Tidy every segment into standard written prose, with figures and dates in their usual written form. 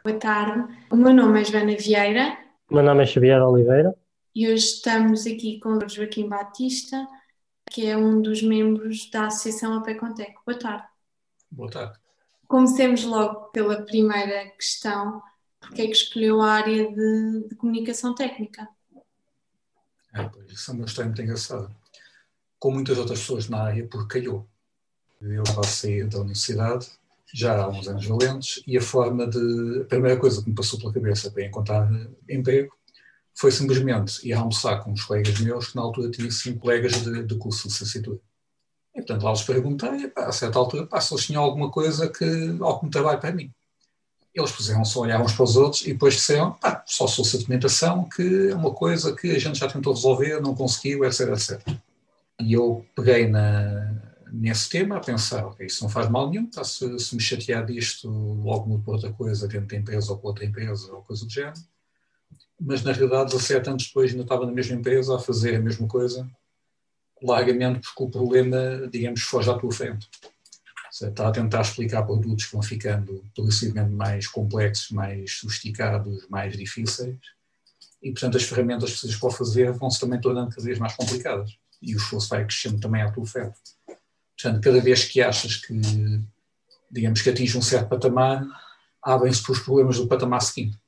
Boa tarde, o meu nome é Joana Vieira Meu nome é Xavier Oliveira. e hoje estamos aqui com o Joaquim Batista, que é um dos membros da Associação APECONTEC. Boa tarde. Boa tarde. Comecemos logo pela primeira questão. Porque é que escolheu a área de comunicação técnica? Pois, isso é uma história muito engraçada. Com muitas outras pessoas na área, porque calhou. Eu estava a sair da universidade, já há uns anos valentes, e a primeira coisa que me passou pela cabeça para encontrar emprego foi simplesmente ir almoçar com uns colegas meus, que na altura tinham 5 colegas de curso de licenciatura. E portanto lá os perguntei, a certa altura, se eles tinham alguma coisa algum trabalho para mim. Eles puseram-se a olhar uns para os outros e depois disseram, só se fosse a documentação, que é uma coisa que a gente já tentou resolver, não conseguiu, etc, etc. E eu peguei nesse tema a pensar, ok, isso não faz mal nenhum, se me chatear disto, logo mudo para outra coisa, dentro da empresa ou para outra empresa, ou coisa do género. Mas na realidade, 17 anos depois, ainda estava na mesma empresa a fazer a mesma coisa, largamente porque o problema, digamos, foge à tua frente. Está a tentar explicar produtos que vão ficando progressivamente mais complexos, mais sofisticados, mais difíceis, e portanto as ferramentas que precisas para o fazer vão-se também tornando cada vez mais complicadas, e o esforço vai crescendo também à tua oferta. Portanto, cada vez que achas que, digamos, que atinge um certo patamar, abrem-se para os problemas do patamar seguinte.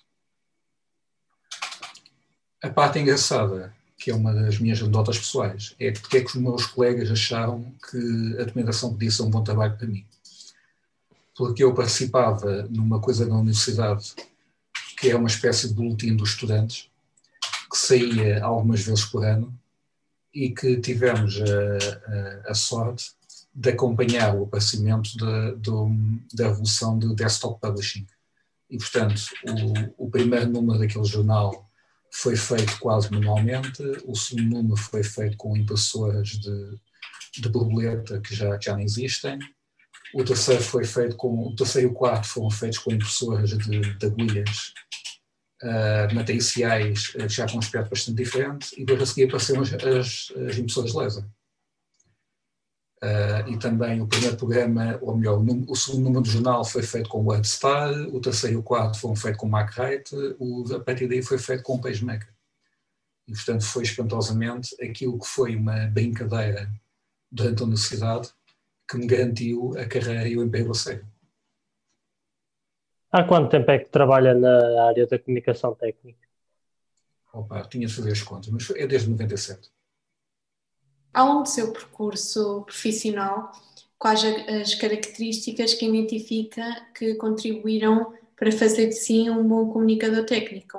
A parte engraçada, que é uma das minhas anedotas pessoais, é porque é que os meus colegas acharam que a documentação podia ser um bom trabalho para mim. Porque eu participava numa coisa na universidade, que é uma espécie de boletim dos estudantes, que saía algumas vezes por ano, e que tivemos a sorte de acompanhar o aparecimento da revolução do desktop publishing. E, portanto, o primeiro número daquele jornal foi feito quase manualmente, o segundo número foi feito com impressoras de borboleta que já não existem, o terceiro e o quarto foram feitos com impressoras de agulhas matriciais, já com um aspecto bastante diferente, e depois a seguir apareceram as impressoras laser. E também o primeiro programa, ou melhor, o segundo número do jornal foi feito com WordStar, o terceiro e o quarto foram feitos com MacWrite, a partir daí foi feito com PageMaker. E, portanto, foi espantosamente aquilo que foi uma brincadeira durante a universidade que me garantiu a carreira e o emprego a sério. Há quanto tempo é que trabalha na área da comunicação técnica? Tinha de fazer as contas, mas é desde 97. Ao longo do seu percurso profissional, quais as características que identifica que contribuíram para fazer de si um bom comunicador técnico?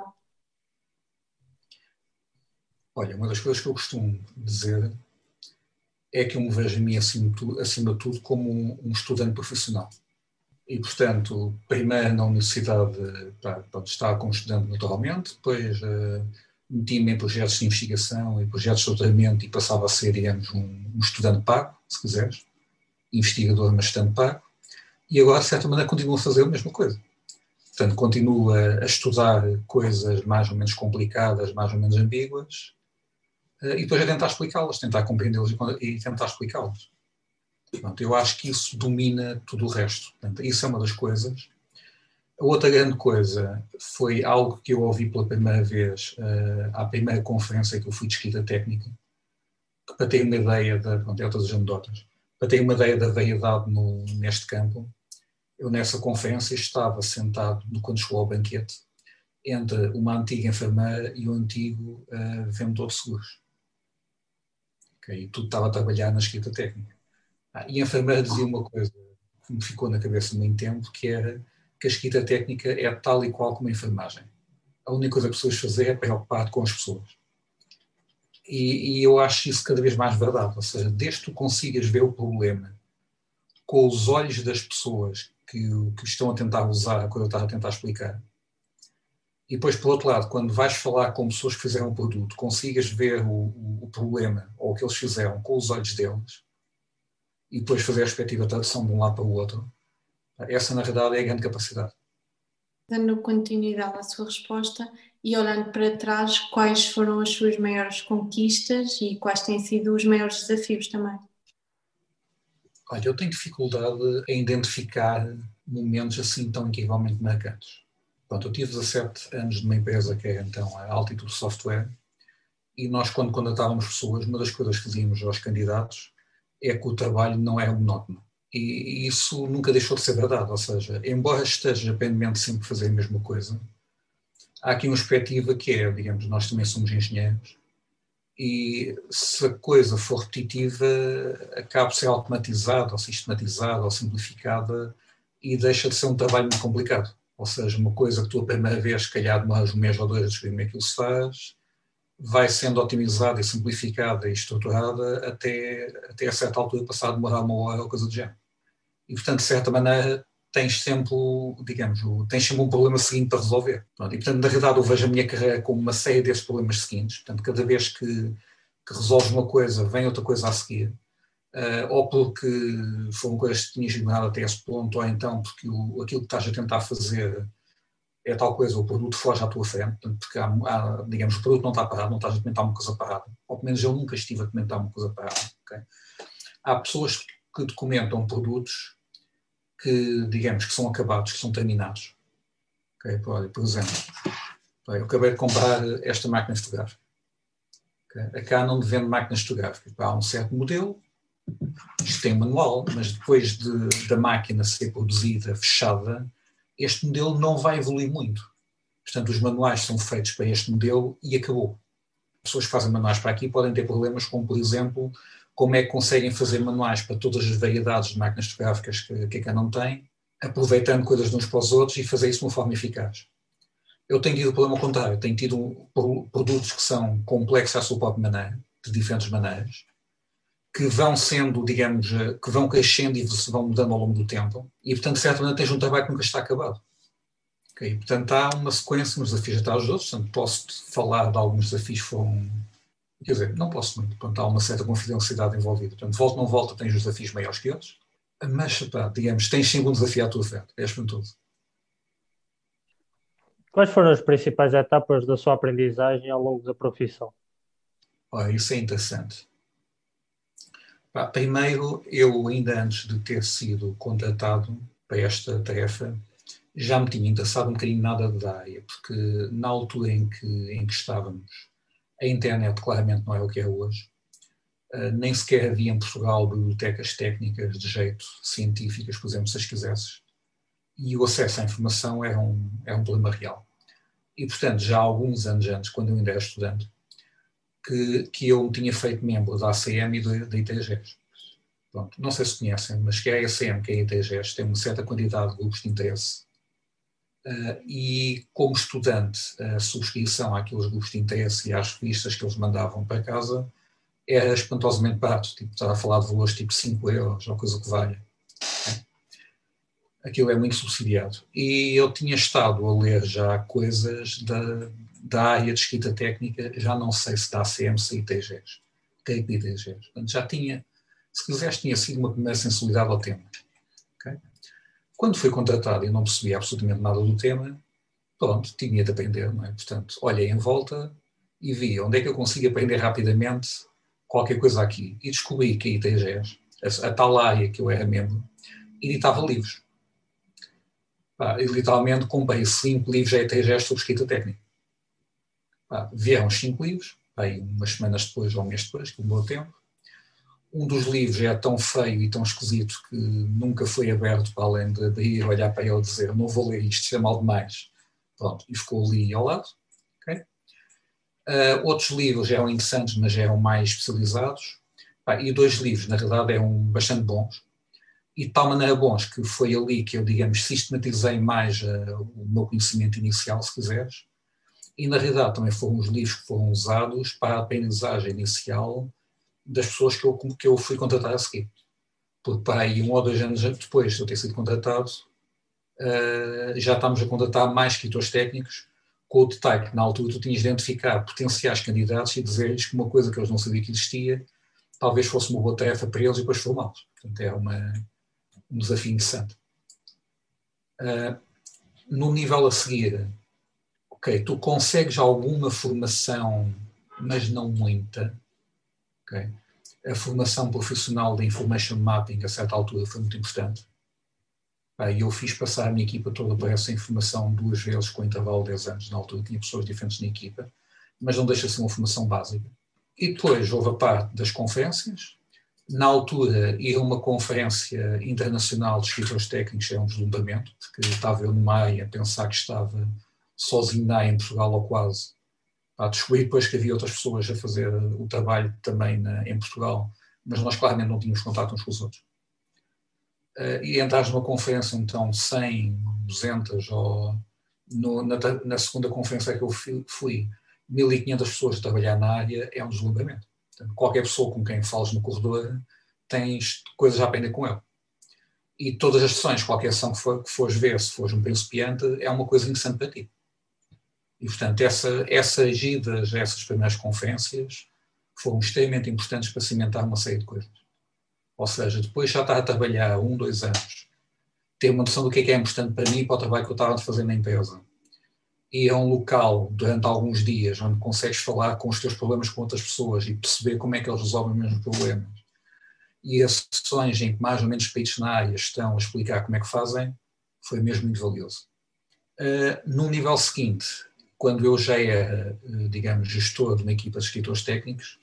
Olha, uma das coisas que eu costumo dizer é que eu me vejo a mim, acima de tudo, como um estudante profissional. E, portanto, primeiro na universidade, estava como estudante naturalmente, depois meti-me em projetos de investigação e projetos de doutoramento e passava a ser, digamos, um estudante pago, se quiseres, investigador, mas estudante pago, e agora, de certa maneira, continuo a fazer a mesma coisa. Portanto, continuo a estudar coisas mais ou menos complicadas, mais ou menos ambíguas, e depois a tentar explicá-las, tentar compreendê-las e tentar explicá-las. Portanto, eu acho que isso domina tudo o resto. Portanto, isso é uma das coisas. A outra grande coisa foi algo que eu ouvi pela primeira vez à primeira conferência que eu fui de escrita técnica, que, para ter uma ideia é outras anedotas, para ter uma ideia da variedade neste campo, eu nessa conferência estava sentado, quando chegou ao banquete, entre uma antiga enfermeira e um antigo vendedor de seguros. Okay? E tudo estava a trabalhar na escrita técnica. E a enfermeira dizia uma coisa que me ficou na cabeça muito tempo, que era que a escrita técnica é tal e qual como a enfermagem. A única coisa que precisas fazer é preocupar-te com as pessoas. E eu acho isso cada vez mais verdade. Ou seja, desde que tu consigas ver o problema com os olhos das pessoas que estão a tentar usar a coisa que eu estava a tentar explicar, e depois, por outro lado, quando vais falar com pessoas que fizeram um produto, consigas ver o problema ou o que eles fizeram com os olhos deles, e depois fazer a respectiva tradução de um lado para o outro, essa na realidade é a grande capacidade. Dando continuidade à sua resposta e olhando para trás, quais foram as suas maiores conquistas e quais têm sido os maiores desafios também? Olha, eu tenho dificuldade em identificar momentos assim tão incrivelmente marcantes. Pronto, eu tive 17 anos numa empresa que é então a Altitude Software, e nós, quando contratávamos pessoas, uma das coisas que dizíamos aos candidatos é que o trabalho não era monótono. E isso nunca deixou de ser verdade, ou seja, embora esteja pendente sempre de fazer a mesma coisa, há aqui uma perspectiva que é, digamos, nós também somos engenheiros, e se a coisa for repetitiva, acaba por ser automatizada, ou sistematizada, ou simplificada, e deixa de ser um trabalho muito complicado. Ou seja, uma coisa que tu a primeira vez, se calhar, demoras um mês ou dois a descobrir como é que aquilo se faz, vai sendo otimizada e simplificada e estruturada até a certa altura passar a demorar uma hora ou coisa do género. E, portanto, de certa maneira, tens sempre, digamos, tens sempre um problema seguinte para resolver. Pronto, e, portanto, na realidade, eu vejo a minha carreira como uma série desses problemas seguintes. Portanto, cada vez que resolves uma coisa, vem outra coisa a seguir. Ou porque foram coisas que tinhas ignorado até esse ponto, ou então porque aquilo que estás a tentar fazer é tal coisa, o produto foge à tua frente, porque digamos, o produto não está parado, não estás a comentar uma coisa parada. Ou pelo menos eu nunca estive a comentar uma coisa parada. Okay? Há pessoas que documentam produtos que, digamos, que são acabados, que são terminados. Okay? Por exemplo, eu acabei de comprar esta máquina fotográfica. Okay? A Canon vende máquinas fotográficas. Há um certo modelo, isto tem um manual, mas depois da máquina ser produzida, fechada, este modelo não vai evoluir muito. Portanto, os manuais são feitos para este modelo e acabou. As pessoas que fazem manuais para aqui podem ter problemas como, por exemplo, como é que conseguem fazer manuais para todas as variedades de máquinas fotográficas que a Canon tem, aproveitando coisas de uns para os outros e fazer isso de uma forma eficaz. Eu tenho tido o problema ao contrário, tenho tido produtos que são complexos à sua própria maneira, de diferentes maneiras, que vão sendo, digamos, que vão crescendo e se vão mudando ao longo do tempo, e portanto, certamente tens um trabalho que nunca está acabado. Okay? Portanto, há uma sequência nos desafios atrás dos outros, portanto, posso falar de alguns desafios que foram, quer dizer, não posso muito, portanto, há uma certa confidencialidade envolvida, portanto, volta ou não volta, tens os desafios maiores que eles, mas, pá, digamos, tens sempre um desafio à tua frente, és para tudo. Quais foram as principais etapas da sua aprendizagem ao longo da profissão? Olha, isso é interessante. Pá, primeiro, eu ainda antes de ter sido contratado para esta tarefa, já me tinha interessado um bocadinho nada da área, porque na altura em que estávamos, a internet claramente não é o que é hoje, nem sequer havia em Portugal bibliotecas técnicas de jeito científicas, por exemplo, se as quisesses, e o acesso à informação era um problema real. E, portanto, já há alguns anos antes, quando eu ainda era estudante, que eu me tinha feito membro da ACM e da ITGES. Pronto, não sei se conhecem, mas que a ACM, que é a ITGES, tem uma certa quantidade de grupos de interesse. E como estudante, a subscrição àqueles grupos de interesse e às revistas que eles mandavam para casa era espantosamente barato, tipo, estava a falar de valores tipo 5 euros, ou coisa que valha. Aquilo é muito subsidiado. E eu tinha estado a ler já coisas da área de escrita técnica, já não sei se da ACM, se ITGES, creio que ITGES. Portanto, já tinha, se quiseres, tinha sido uma primeira sensibilidade ao tema. Okay? Quando fui contratado e não percebi absolutamente nada do tema, pronto, tinha de aprender, não é? Portanto, olhei em volta e vi onde é que eu consigo aprender rapidamente qualquer coisa aqui. E descobri que a ITGES, a tal área que eu era membro, editava livros. E literalmente comprei 5 livros da ITGES sobre escrita técnica. Vieram os 5 livros, aí umas semanas depois ou um mês depois, que demorou tempo. Um dos livros é tão feio e tão esquisito que nunca foi aberto para além de abrir e olhar para ele e dizer não vou ler isto é mal demais. Pronto, e ficou ali ao lado. Okay? Outros livros eram interessantes, mas eram mais especializados. E 2 livros, na realidade, eram bastante bons. E de tal maneira bons que foi ali que eu, digamos, sistematizei mais o meu conhecimento inicial, se quiseres. E, na realidade, também foram os livros que foram usados para a aprendizagem inicial das pessoas que eu fui contratar a seguir. Porque para aí 1 ou 2 anos depois de eu ter sido contratado, já estamos a contratar mais escritores técnicos, com o detalhe que na altura tu tinhas de identificar potenciais candidatos e dizer-lhes que uma coisa que eles não sabiam que existia talvez fosse uma boa tarefa para eles e depois formá-los. Portanto, é um desafio interessante. No nível a seguir, ok, tu consegues alguma formação, mas não muita. Okay? A formação profissional de information mapping a certa altura foi muito importante. E eu fiz passar a minha equipa toda para essa informação 2 vezes com intervalo de 10 anos. Na altura tinha pessoas diferentes na equipa, mas não deixa de ser uma formação básica. E depois houve a parte das conferências. Na altura, ir a uma conferência internacional de escritores técnicos era um deslumbramento, porque estava eu numa área a pensar que estava sozinho na área em Portugal ou quase. Descobri depois que havia outras pessoas a fazer o trabalho também em Portugal, mas nós claramente não tínhamos contato uns com os outros. E entrares numa conferência, então, 100, 200, ou na segunda conferência que eu fui, 1500 pessoas a trabalhar na área, é um deslumbramento. Portanto, qualquer pessoa com quem fales no corredor, tens coisas a aprender com ele. E todas as sessões, qualquer ação que fores ver, se fores um principiante, é uma coisa interessante para ti. E, portanto, essas idas a essas primeiras conferências foram extremamente importantes para cimentar uma série de coisas. Ou seja, depois já estar a trabalhar 1, 2 anos, ter uma noção do que é importante para mim, para o trabalho que eu estava a fazer na empresa. Ir a um local durante alguns dias onde consegues falar com os teus problemas com outras pessoas e perceber como é que eles resolvem os mesmos problemas. E as sessões em que mais ou menos países na área estão a explicar como é que fazem, foi mesmo muito valioso. No nível seguinte, quando eu já era, digamos, gestor de uma equipa de escritores técnicos,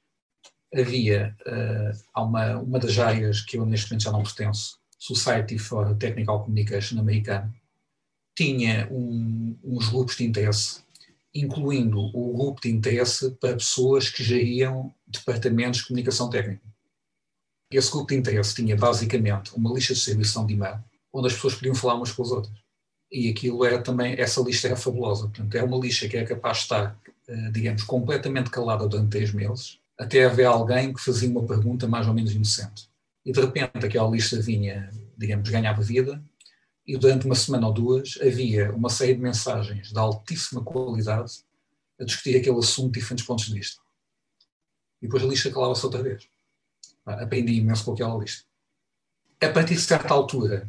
havia uma das áreas que eu neste momento já não pertenço, Society for Technical Communication americano, tinha uns grupos de interesse, incluindo o grupo de interesse para pessoas que geriam departamentos de comunicação técnica. Esse grupo de interesse tinha basicamente uma lista de distribuição de e-mail, onde as pessoas podiam falar umas com as outras. E aquilo era também, essa lista era fabulosa. Portanto, é uma lista que é capaz de estar, digamos, completamente calada durante 3 meses, até haver alguém que fazia uma pergunta mais ou menos inocente. E de repente aquela lista vinha, digamos, ganhava vida, e durante uma semana ou 2 havia uma série de mensagens de altíssima qualidade a discutir aquele assunto de diferentes pontos de vista. E depois a lista calava-se outra vez. Aprendi imenso com aquela lista. A partir de certa altura,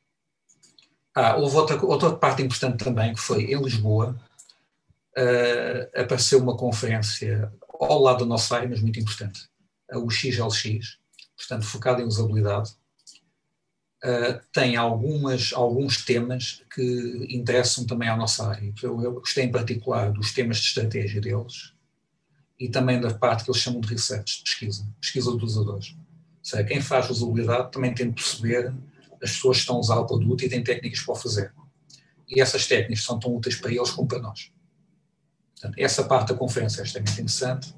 houve outra parte importante também, que foi em Lisboa, apareceu uma conferência ao lado da nossa área, mas muito importante, o XLX, portanto focado em usabilidade. Tem alguns temas que interessam também à nossa área. Eu gostei em particular dos temas de estratégia deles e também da parte que eles chamam de research, de pesquisa dos usadores. Ou seja, quem faz usabilidade também tem de perceber as pessoas que estão a usar o produto e têm técnicas para o fazer. E essas técnicas são tão úteis para eles como para nós. Portanto, essa parte da conferência é extremamente interessante.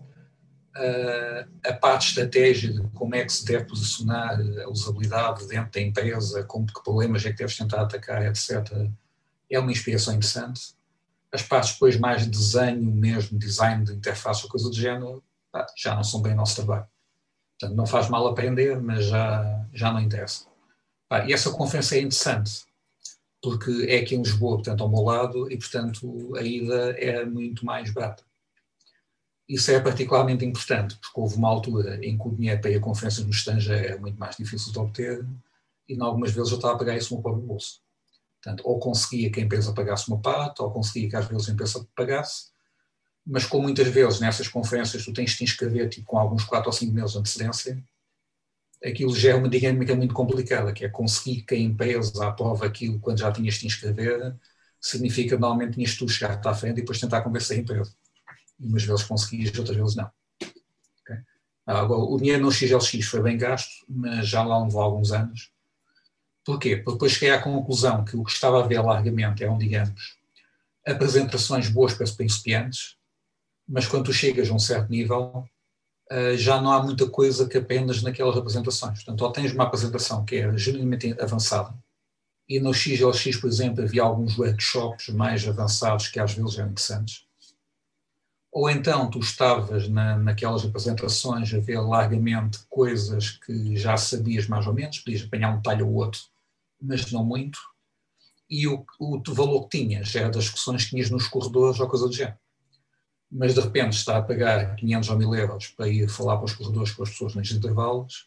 A parte de estratégia de como é que se deve posicionar a usabilidade dentro da empresa, com que problemas é que deves tentar atacar, etc. É uma inspiração interessante. As partes depois mais de desenho mesmo, design de interface ou coisa do género, já não são bem o nosso trabalho. Portanto, não faz mal aprender, mas já não interessa. E essa conferência é interessante, porque é aqui em Lisboa, portanto, ao meu lado, e, portanto, a ida é muito mais barata. Isso é particularmente importante, porque houve uma altura em que o dinheiro para ir a conferências no estrangeiro era muito mais difícil de obter, e algumas vezes eu estava a pagar isso no próprio bolso. Portanto, ou conseguia que a empresa pagasse uma parte, ou conseguia que às vezes a empresa pagasse, mas como muitas vezes nessas conferências tu tens de te inscrever tipo, com alguns 4 ou 5 meses de antecedência, aquilo já é uma dinâmica muito complicada, que é conseguir que a empresa aprove aquilo quando já tinhas de te inscrever, significa que normalmente tinhas tu chegar à frente e depois tentar convencer a empresa. E umas vezes conseguias, outras vezes não. Okay? Agora, o dinheiro no XLX foi bem gasto, mas já lá levou alguns anos. Porquê? Porque depois cheguei à conclusão que o que estava a ver largamente eram, digamos, apresentações boas para principiantes, mas quando tu chegas a um certo nível, já não há muita coisa que apenas naquelas apresentações. Portanto, ou tens uma apresentação que é genuinamente avançada, e no XLX, por exemplo, havia alguns workshops mais avançados que às vezes eram interessantes, ou então tu estavas naquelas apresentações a ver largamente coisas que já sabias mais ou menos, podias apanhar um detalhe ou outro, mas não muito, e o valor que tinhas era das discussões que tinhas nos corredores ou coisa do género. Mas de repente está a pagar 500 ou 1000 euros para ir falar para os corredores com as pessoas nos intervalos,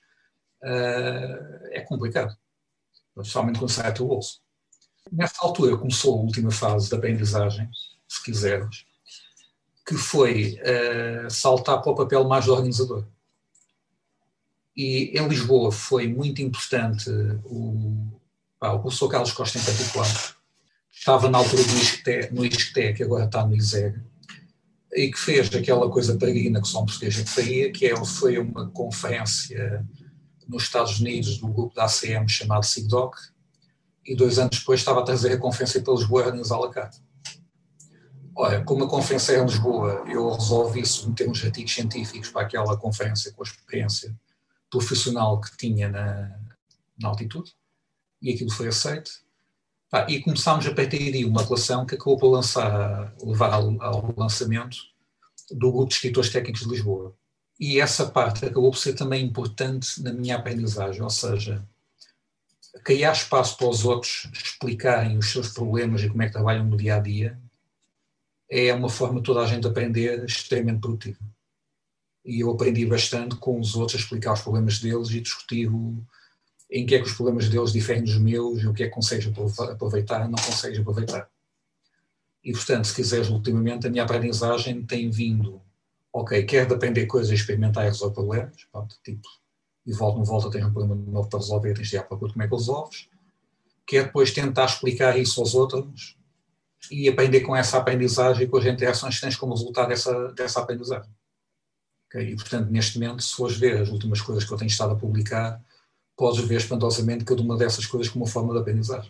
é complicado, especialmente quando sai a teu bolso. Nessa altura começou a última fase da aprendizagem, se quiseres, que foi saltar para o papel mais do organizador. E em Lisboa foi muito importante O professor Carlos Costa em particular, estava na altura no ISCTE, que agora está no ISEG, e que fez aquela coisa peregrina que só um português que faria, que foi uma conferência nos Estados Unidos do grupo da ACM chamado SIGDOC, e 2 anos depois estava a trazer a conferência para Lisboa e organizá-la à la carte. Olha, como a conferência era em Lisboa, eu resolvi submeter uns artigos científicos para aquela conferência com a experiência profissional que tinha na altitude, e aquilo foi aceito. E começámos a partir daí uma relação que acabou por levar ao lançamento do grupo de escritores técnicos de Lisboa. E essa parte acabou por ser também importante na minha aprendizagem, ou seja, criar espaço para os outros explicarem os seus problemas e como é que trabalham no dia-a-dia é uma forma de toda a gente aprender extremamente produtiva. E eu aprendi bastante com os outros a explicar os problemas deles e discutir em que é que os problemas deles diferem dos meus e o que é que consegues aproveitar e não consegues aproveitar. E, portanto, se quiseres, ultimamente, a minha aprendizagem tem vindo, quero de aprender coisas e experimentar e resolver problemas, e volta não volta, tens um problema novo para resolver, tens de ir à procura como é que resolves. Quero depois tentar explicar isso aos outros e aprender com essa aprendizagem e com as interações que tens como resultado dessa aprendizagem. E, portanto, neste momento, se fores ver as últimas coisas que eu tenho estado a publicar, podes ver espantosamente cada uma dessas coisas como uma forma de aprendizagem.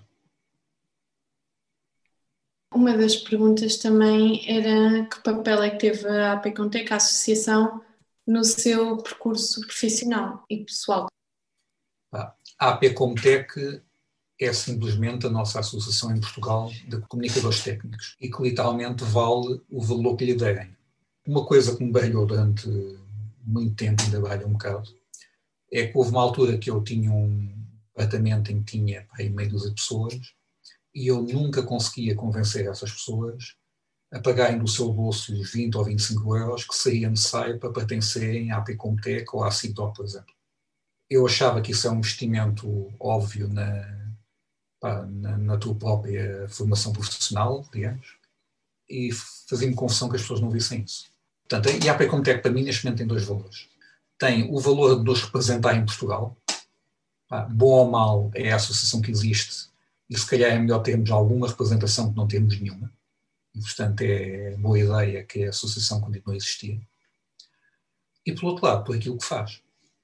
Uma das perguntas também era que papel é que teve a APCOMTEC, a associação, no seu percurso profissional e pessoal? A APCOMTEC é simplesmente a nossa associação em Portugal de comunicadores técnicos e que literalmente vale o valor que lhe derem. Uma coisa que me baralhou durante muito tempo, ainda baralha um bocado, é que houve uma altura que eu tinha um apartamento em que tinha meia dúzia de pessoas e eu nunca conseguia convencer essas pessoas a pagarem do seu bolso os 20 ou 25 euros que seria necessário para pertencerem à APCOMTEC ou à SIGDOC, por exemplo. Eu achava que isso é um investimento óbvio na tua própria formação profissional, digamos, e fazia-me confusão que as pessoas não vissem isso. Portanto, e a APCOMTEC para mim neste momento tem 2 valores. Tem o valor de nos representar em Portugal, bom ou mal é a associação que existe e se calhar é melhor termos alguma representação que não termos nenhuma. E, portanto, é boa ideia que a associação continue a existir. E, por outro lado, por aquilo que faz.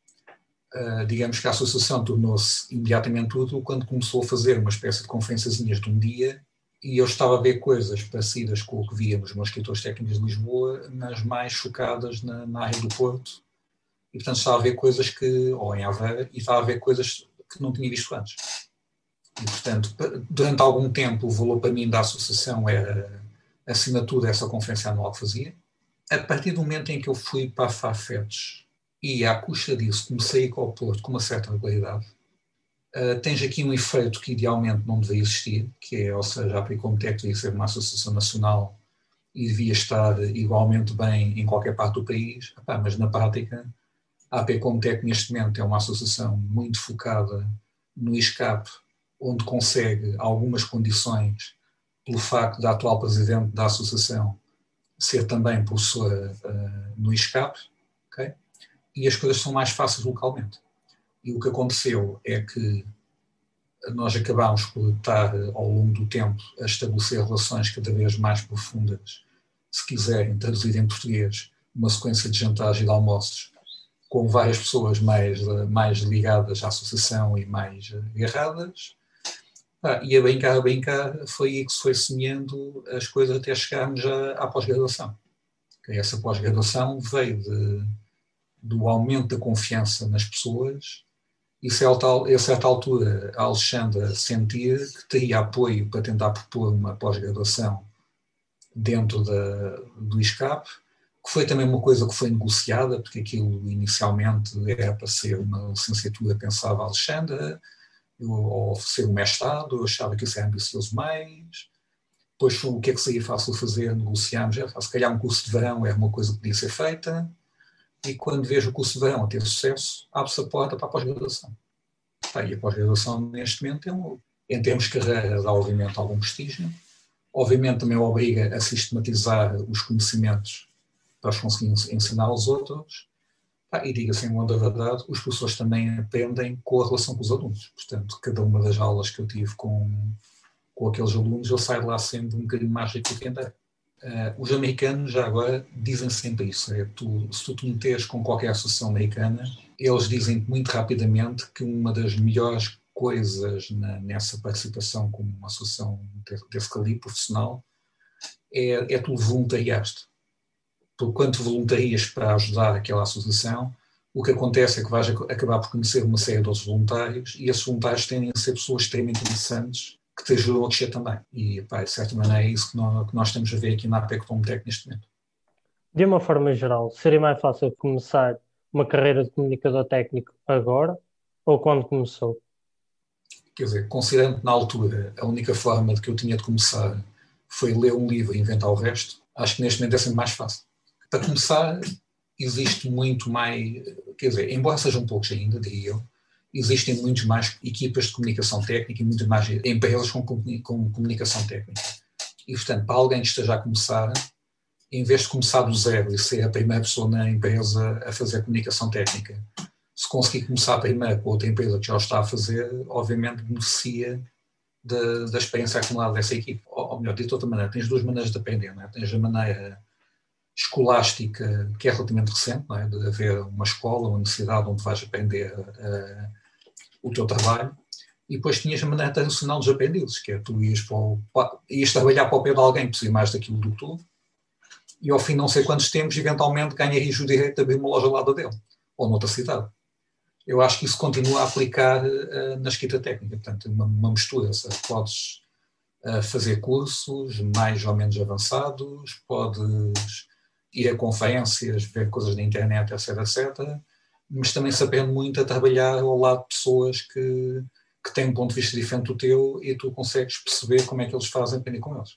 Digamos que a associação tornou-se imediatamente útil quando começou a fazer uma espécie de conferenciazinhas de um dia e eu estava a ver coisas parecidas com o que via nos meus escritores técnicos de Lisboa, mas mais focadas na área do Porto. E, portanto, estava a ver coisas ou em Aveiro, e estava a ver coisas que não tinha visto antes. E, portanto, durante algum tempo, o valor para mim da associação era, acima de tudo, essa conferência anual que fazia. A partir do momento em que eu fui para a Farfetch e, à custa disso, comecei a ir ao Porto com uma certa regularidade, tens aqui um efeito que idealmente não devia existir, que é, ou seja, a APCOMTEC devia ser uma associação nacional e devia estar igualmente bem em qualquer parte do país, mas na prática a APCOMTEC neste momento é uma associação muito focada no ISCAP, onde consegue algumas condições pelo facto da atual presidente da associação ser também professora no ISCAP, okay? E as coisas são mais fáceis localmente. E o que aconteceu é que nós acabámos por estar, ao longo do tempo, a estabelecer relações cada vez mais profundas, se quiserem traduzir em português, uma sequência de jantares e de almoços com várias pessoas mais ligadas à associação e mais agarradas. E a brincar, foi aí que se foi semeando as coisas até chegarmos à pós-graduação. Essa pós-graduação veio do aumento da confiança nas pessoas e, a certa altura, a Alexandra sentia que teria apoio para tentar propor uma pós-graduação dentro do ISCAP, que foi também uma coisa que foi negociada, porque aquilo inicialmente era para ser uma licenciatura, pensava a Alexandra, ou ser um mestrado, eu achava que isso era ambicioso mais. Depois, o que é que seria fácil fazer? Negociámos, se calhar um curso de verão era uma coisa que podia ser feita, e quando vejo o curso de verão a ter sucesso, abre-se a porta para a pós-graduação. E a pós-graduação, neste momento, em termos de carreira, dá obviamente algum prestígio, obviamente também obriga a sistematizar os conhecimentos para os conseguir ensinar aos outros, E diga-se em da verdade, os professores também aprendem com a relação com os alunos. Portanto, cada uma das aulas que eu tive com aqueles alunos, eu saio lá sempre um bocadinho mais rico do que andei. Os americanos, já agora, dizem sempre isso. Se tu te meteres com qualquer associação americana, eles dizem muito rapidamente que uma das melhores coisas nessa participação como uma associação desse calibre profissional é tu voluntariaste. Tu, quando voluntarias para ajudar aquela associação, o que acontece é que vais acabar por conhecer uma série de outros voluntários e esses voluntários tendem a ser pessoas extremamente interessantes que te ajudam a crescer também. E, de certa maneira, é isso que nós estamos a ver aqui na APEC Tomtec neste momento. De uma forma geral, seria mais fácil começar uma carreira de comunicador técnico agora ou quando começou? Quer dizer, considerando que na altura a única forma de que eu tinha de começar foi ler um livro e inventar o resto, acho que neste momento é sempre mais fácil. Para começar, existe muito mais, quer dizer, embora sejam poucos ainda, diria eu, existem muitas mais equipas de comunicação técnica e muitas mais empresas com comunicação técnica. E, portanto, para alguém que esteja a começar, em vez de começar do zero e ser a primeira pessoa na empresa a fazer comunicação técnica, se conseguir começar primeiro com outra empresa que já o está a fazer, obviamente beneficia da experiência acumulada dessa equipe. Ou melhor, de outra maneira, tens duas maneiras de aprender. Não é? Tens a maneira escolástica, que é relativamente recente, não é? De haver uma escola, uma universidade onde vais aprender o teu trabalho, e depois tinhas a maneira tradicional dos aprendidos, que é tu ias trabalhar para o pé de alguém que precisa mais daquilo do que tu, e ao fim de não sei quantos tempos, eventualmente ganharias o direito de abrir uma loja ao lado dele, ou noutra cidade. Eu acho que isso continua a aplicar na escrita técnica, portanto, uma mistura. Podes fazer cursos mais ou menos avançados, podes ir a conferências, ver coisas na internet, etc, etc, mas também se aprende muito a trabalhar ao lado de pessoas que têm um ponto de vista diferente do teu e tu consegues perceber como é que eles fazem aprender com eles.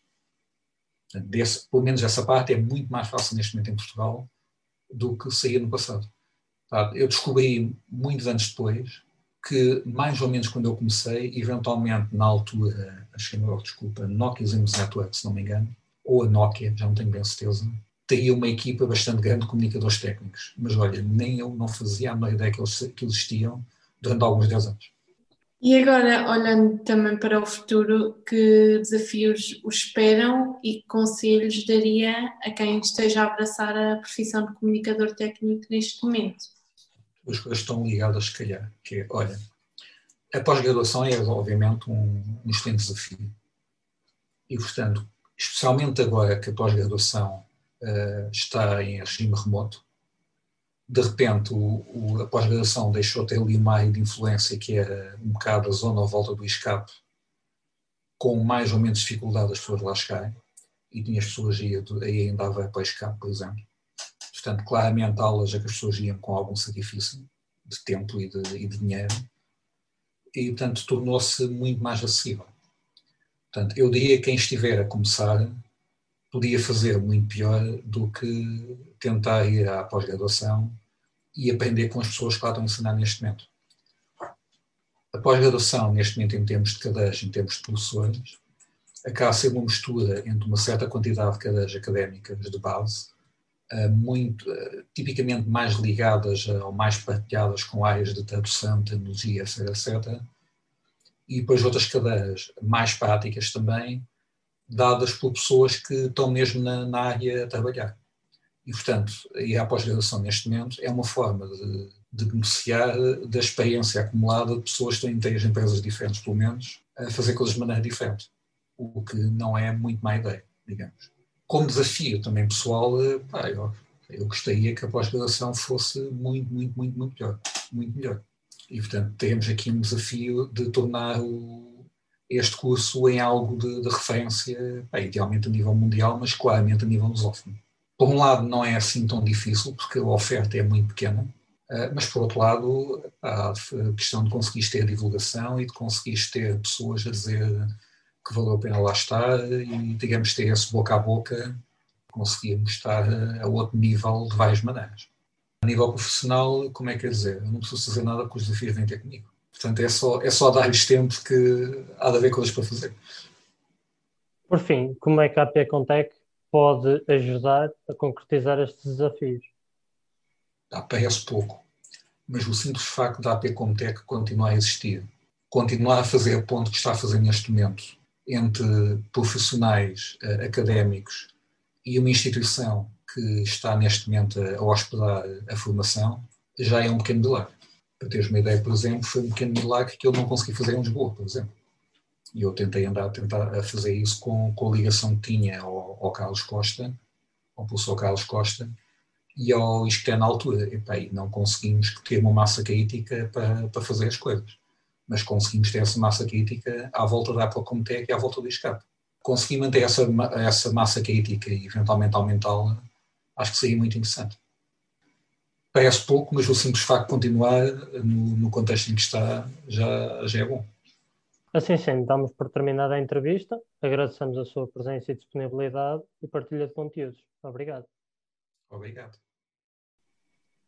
Pelo menos essa parte é muito mais fácil neste momento em Portugal do que seria no passado. Eu descobri muitos anos depois que, mais ou menos quando eu comecei, eventualmente na altura, Nokia Siemens Network, se não me engano, ou a Nokia, já não tenho bem certeza, teria uma equipa bastante grande de comunicadores técnicos. Mas olha, nem eu não fazia a menor ideia que existiam durante alguns 10 anos. E agora, olhando também para o futuro, que desafios o esperam e que conselhos daria a quem esteja a abraçar a profissão de comunicador técnico neste momento? As coisas estão ligadas, se calhar, que é, olha, a pós-graduação é, obviamente, um excelente desafio. E, portanto, especialmente agora que a pós-graduação está em regime remoto, de repente a pós-graduação deixou de ter ali uma área de influência que era um bocado a zona à volta do escape, com mais ou menos dificuldade as pessoas lá chegarem, e tinha as pessoas aí andava para o escape, por exemplo. Portanto, claramente aulas a que as pessoas iam com algum sacrifício de tempo e de dinheiro, e, portanto, tornou-se muito mais acessível. Portanto, eu diria que quem estiver a começar podia fazer muito pior do que tentar ir à pós-graduação e aprender com as pessoas que lá estão a ensinar neste momento. A pós-graduação, neste momento, em termos de cadeiras, em termos de professores, acaba a ser uma mistura entre uma certa quantidade de cadeiras académicas de base, tipicamente mais ligadas ou mais partilhadas com áreas de tradução, tecnologia, etc, etc, e depois outras cadeiras mais práticas também, dadas por pessoas que estão mesmo na área a trabalhar. E, portanto, ir à pós-graduação neste momento é uma forma de beneficiar da experiência acumulada de pessoas que estão em três empresas diferentes, pelo menos, a fazer coisas de maneira diferente, o que não é muito má ideia, digamos. Como desafio também pessoal, eu gostaria que a pós-graduação fosse muito, muito, muito, muito melhor. Muito melhor. E, portanto, temos aqui um desafio de tornar este curso em algo de referência, idealmente a nível mundial, mas claramente a nível lusófono. Por um lado, não é assim tão difícil, porque a oferta é muito pequena, mas por outro lado, a questão de conseguires ter divulgação e de conseguires ter pessoas a dizer que valeu a pena lá estar e, digamos, ter esse boca a boca, conseguirmos estar a outro nível de várias maneiras. A nível profissional, como é que é dizer? Eu não preciso fazer nada porque os desafios vêm ter comigo. Portanto, é só dar-lhes tempo que há de haver coisas para fazer. Por fim, como é que a AP Contec pode ajudar a concretizar estes desafios? Parece pouco, mas o simples facto da AP Comtech continuar a existir, continuar a fazer a ponte que está a fazer neste momento entre profissionais académicos e uma instituição que está neste momento a hospedar a formação, já é um pequeno milagre. Para teres uma ideia, por exemplo, foi um pequeno milagre que eu não consegui fazer em Lisboa, por exemplo. E eu tentei tentar a fazer isso com a ligação que tinha ao Carlos Costa, ao professor Carlos Costa, e ao ISCTE na altura. E não conseguimos ter uma massa crítica para fazer as coisas. Mas conseguimos ter essa massa crítica à volta da Procomtec e à volta do ISCAP. Conseguir manter essa massa crítica e eventualmente aumentá-la, acho que seria muito interessante. Parece pouco, mas o simples facto de continuar no contexto em que está já é bom. Assim sendo, damos por terminada a entrevista, agradecemos a sua presença e disponibilidade e partilha de conteúdos. Obrigado. Obrigado.